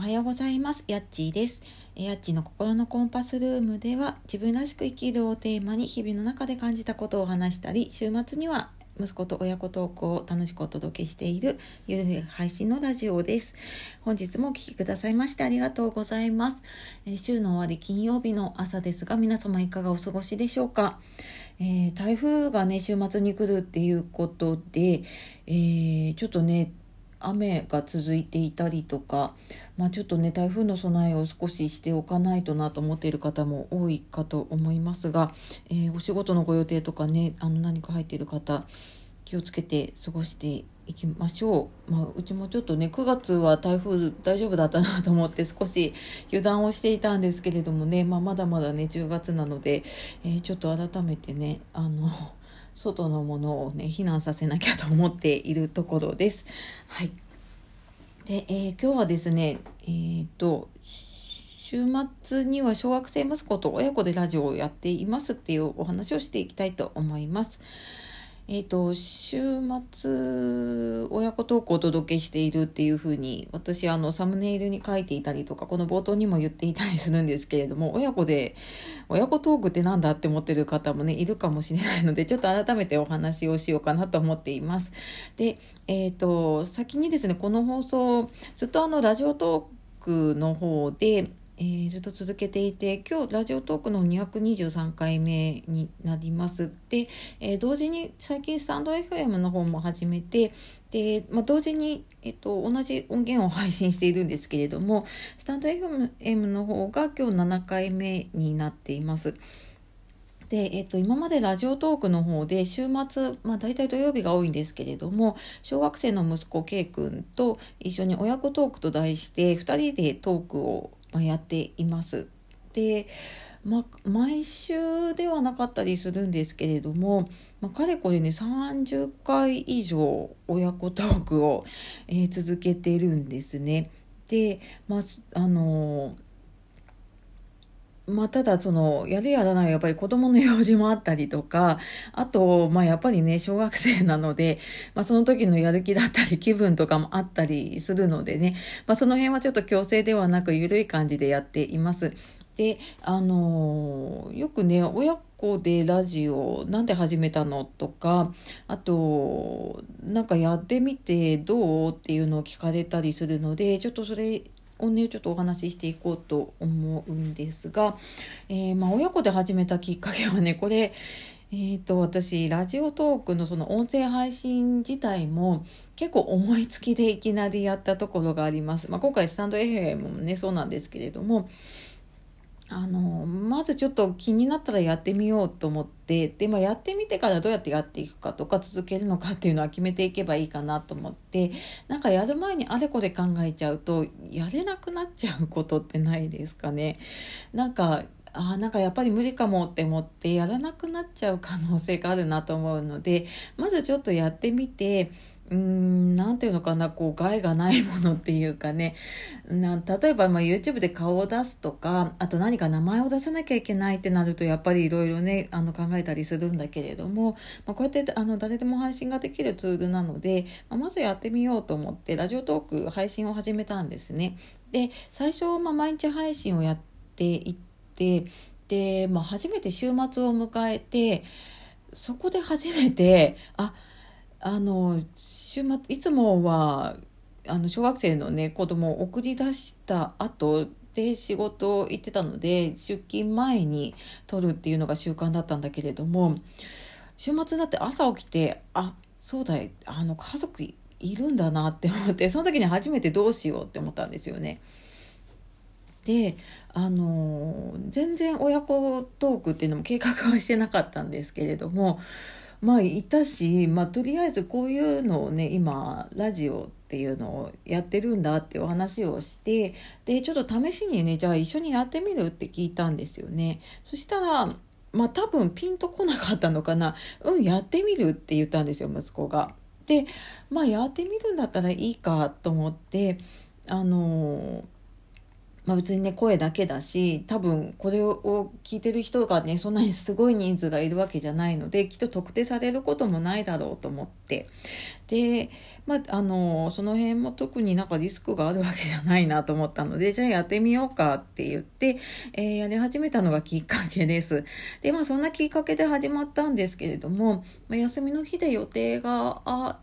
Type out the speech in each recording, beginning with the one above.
はようございます。やっちーです。やっちーの心のコンパスルームでは、自分らしく生きるをテーマに日々の中で感じたことを話したり、週末には息子と親子トークを楽しくお届けしているゆるい配信のラジオです。本日もお聞きくださいましてありがとうございます。週の終わり金曜日の朝ですが、皆様いかがお過ごしでしょうか。台風がね週末に来るっていうことで、ちょっとね雨が続いていたりとか、ちょっとね台風の備えを少ししておかないとなと思っている方も多いかと思いますが、お仕事のご予定とかね何か入っている方気をつけて過ごしていきましょう。うちもちょっとね9月は台風大丈夫だったなと思って少し油断をしていたんですけれどもね、まだまだね10月なので、ちょっと改めてね外のものをね避難させなきゃと思っているところです。はい。で、今日はですね週末には小学生息子と親子でラジオをやっていますっていうお話をしていきたいと思います。週末親子トークをお届けしているっていう風に私サムネイルに書いていたりとかこの冒頭にも言っていたりするんですけれども、親子トークってなんだって思ってる方もねいるかもしれないので、ちょっと改めてお話をしようかなと思っています。で、先にですねこの放送ずっとラジオトークの方でずっと続けていて、今日ラジオトークの223回目になります。で、同時に最近スタンド FM の方も始めて、で、同時に、同じ音源を配信しているんですけれども、スタンド FM の方が今日7回目になっています。で、今までラジオトークの方で週末、大体土曜日が多いんですけれども、小学生の息子 K 君と一緒に親子トークと題して2人でトークをやっています。で、毎週ではなかったりするんですけれども、かれこれね30回以上親子トークを、続けてるんですね。で、ただやるやらないはやっぱり子供の用事もあったりとか、あとやっぱりね小学生なので、その時のやる気だったり気分とかもあったりするのでね、その辺はちょっと強制ではなく緩い感じでやっています。で、よくね親子でラジオなんで始めたのとか、あとなんかやってみてどうっていうのを聞かれたりするので、ちょっとそれをねちょっとお話ししていこうと思うんですが、親子で始めたきっかけはねこれ、私ラジオトークのその音声配信自体も結構思いつきでいきなりやったところがあります。今回スタンド FM もねそうなんですけれども、まずちょっと気になったらやってみようと思って、で、やってみてからどうやってやっていくかとか続けるのかっていうのは決めていけばいいかなと思って、なんかやる前にあれこれ考えちゃうとやれなくなっちゃうことってないですかね。なんかやっぱり無理かもって思ってやらなくなっちゃう可能性があるなと思うので、まずちょっとやってみて、なんていうのかな、害がないものっていうかね、例えばYouTube で顔を出すとか、あと何か名前を出さなきゃいけないってなるとやっぱりいろいろね考えたりするんだけれども、こうやって誰でも配信ができるツールなので、まずやってみようと思ってラジオトーク配信を始めたんですね。で、最初、毎日配信をやっていってで、初めて週末を迎えて、そこで初めて週末いつもは小学生のね子供を送り出した後で仕事行ってたので、出勤前に撮るっていうのが習慣だったんだけれども、週末になって朝起きてそうだ、家族いるんだなって思って、その時に初めてどうしようって思ったんですよね。で、全然親子トークっていうのも計画はしてなかったんですけれども、いたし、とりあえずこういうのをね今ラジオっていうのをやってるんだってお話をして、でちょっと試しにねじゃあ一緒にやってみるって聞いたんですよね。そしたら多分ピンとこなかったのかな、やってみるって言ったんですよ息子が。でやってみるんだったらいいかと思って、 別にね声だけだし、多分これを聞いてる人がねそんなにすごい人数がいるわけじゃないので、きっと特定されることもないだろうと思って、で、その辺も特になんかリスクがあるわけじゃないなと思ったので、じゃあやってみようかって言って、やり始めたのがきっかけです。でそんなきっかけで始まったんですけれども、休みの日で予定があって、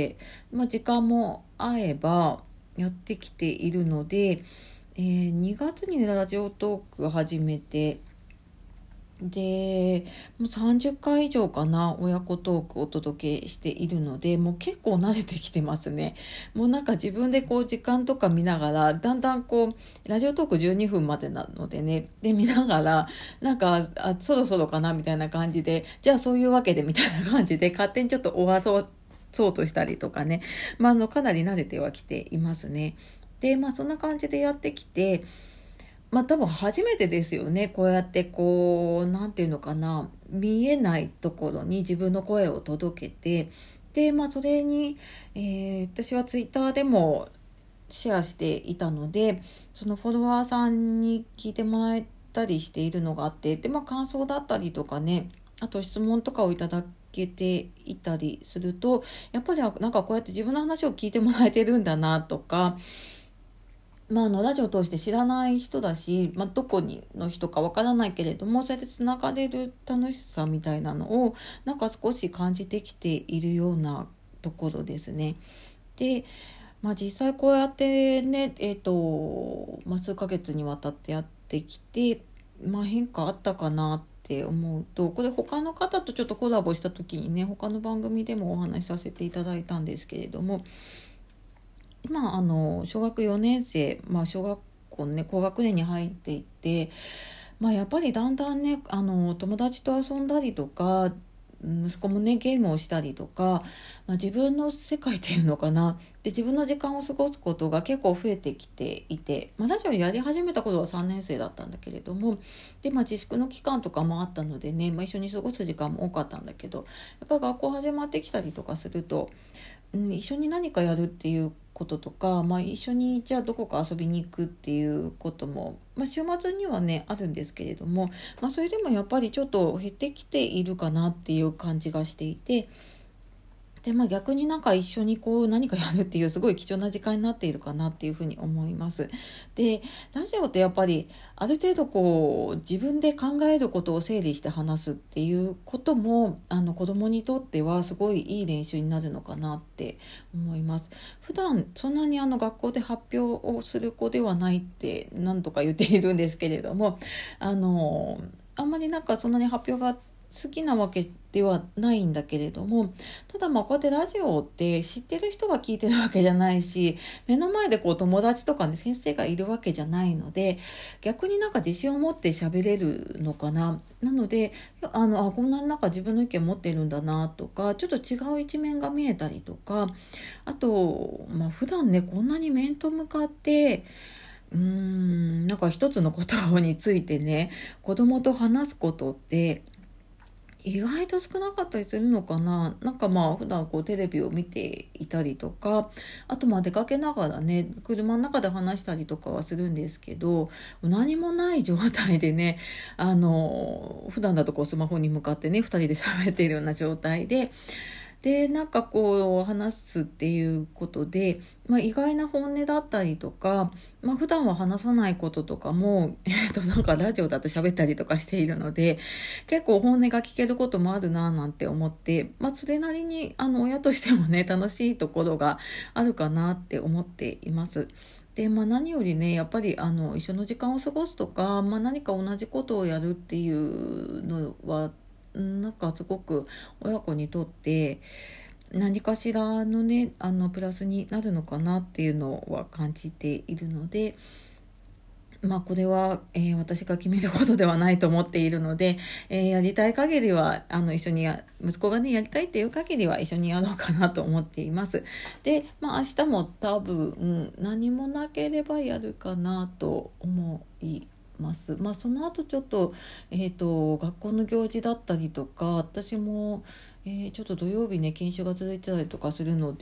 時間も合えばやってきているので、2月にラジオトーク始めて、でもう30回以上かな、親子トークをお届けしているので、もう結構慣れてきてますね。もうなんか自分でこう時間とか見ながら、だんだんこうラジオトーク12分までなのでね、で見ながらなんかそろそろかなみたいな感じで、じゃあそういうわけでみたいな感じで勝手にちょっと終わそうとしたりとかね、かなり慣れてはきていますね。でそんな感じでやってきて、多分初めてですよね。こうやってこうなんていうのかな、見えないところに自分の声を届けて、でそれに、私はツイッターでもシェアしていたので、そのフォロワーさんに聞いてもらえたりしているのがあって、で感想だったりとかね、あと質問とかをいただけていたりすると、やっぱりなんかこうやって自分の話を聞いてもらえてるんだなとか、ラジオを通して知らない人だし、どこの人かわからないけれども、そうやってつながれる楽しさみたいなのをなんか少し感じてきているようなところですね。で、実際こうやってね、数ヶ月にわたってやってきて、変化あったかなって思うと、これ他の方とちょっとコラボした時にね、他の番組でもお話しさせていただいたんですけれども、今小学4年生、小学校ね高学年に入っていって、やっぱりだんだんね友達と遊んだりとか、息子もねゲームをしたりとか、自分の世界っていうのかな、で自分の時間を過ごすことが結構増えてきていて、ラジオやり始めた頃は3年生だったんだけれども、で自粛の期間とかもあったのでね、一緒に過ごす時間も多かったんだけど、やっぱり学校始まってきたりとかすると、一緒に何かやるっていうこととか、一緒にじゃあどこか遊びに行くっていうことも、週末にはねあるんですけれども、それでもやっぱりちょっと減ってきているかなっていう感じがしていて、で逆になんか一緒にこう何かやるっていうすごい貴重な時間になっているかなっていうふうに思います。でラジオってやっぱりある程度こう自分で考えることを整理して話すっていうことも子供にとってはすごいいい練習になるのかなって思います。普段そんなに学校で発表をする子ではないって何とか言っているんですけれども、あんまりなんかそんなに発表が好きなわけではないんだけれども、ただこうやってラジオって知ってる人が聞いてるわけじゃないし、目の前でこう友達とかね先生がいるわけじゃないので、逆になんか自信を持って喋れるのかな。なのでこんなになんか自分の意見持ってるんだなとか、ちょっと違う一面が見えたりとか、あと普段ねこんなに面と向かってなんか一つのことについてね子供と話すことって意外と少なかったりするのかな。なんか普段こうテレビを見ていたりとか、あと出かけながらね車の中で話したりとかはするんですけど、何もない状態でね普段だとこうスマホに向かってね二人で喋っているような状態でなんかこう話すっていうことで、意外な本音だったりとか、普段は話さないこととかも、なんかラジオだと喋ったりとかしているので、結構本音が聞けることもあるななんて思って、それなりに親としてもね楽しいところがあるかなって思っています。で何よりねやっぱり一緒の時間を過ごすとか、何か同じことをやるっていうのはなんかすごく親子にとって何かしらのねプラスになるのかなっていうのは感じているので、これは、私が決めることではないと思っているので、やりたい限りは一緒に息子がねやりたいっていう限りは一緒にやろうかなと思っています。で、明日も多分、何もなければやるかなと思います。その後ちょっと、学校の行事だったりとか、私も、ちょっと土曜日ね研修が続いてたりとかするので、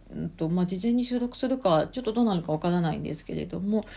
事前に収録するかちょっとどうなるかわからないんですけれども、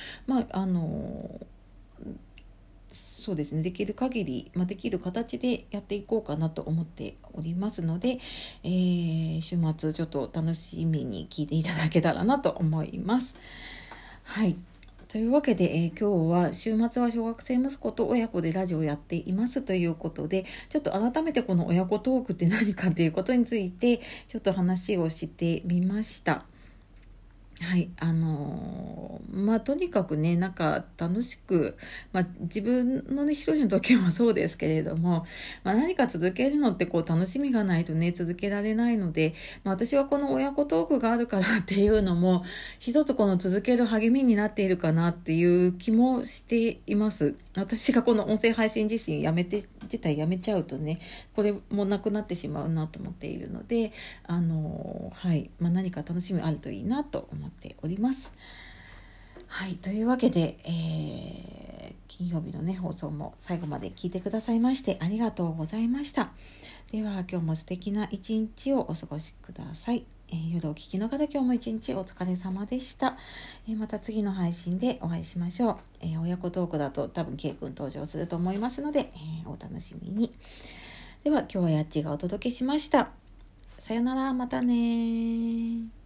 そうですね、できる限り、できる形でやっていこうかなと思っておりますので、週末ちょっと楽しみに聞いていただけたらなと思います。はい。というわけで、今日は週末は小学生息子と親子でラジオをやっていますということで、ちょっと改めてこの親子トークって何かということについてちょっと話をしてみました。はい、とにかくね、なんか楽しく、自分のね、一人の時はそうですけれども、何か続けるのってこう楽しみがないとね、続けられないので、私はこの親子トークがあるからっていうのも、一つこの続ける励みになっているかなっていう気もしています。私がこの音声配信自体やめちゃうとね、これもなくなってしまうなと思っているので、何か楽しみあるといいなと思っております。はい、というわけで、金曜日のね、放送も最後まで聞いてくださいましてありがとうございました。では今日も素敵な一日をお過ごしください。夜お聞きの方、今日も一日お疲れ様でした。また次の配信でお会いしましょう。親子トークだと多分 K 君登場すると思いますので、お楽しみに。では今日はやっちがお届けしました。さよなら、またね。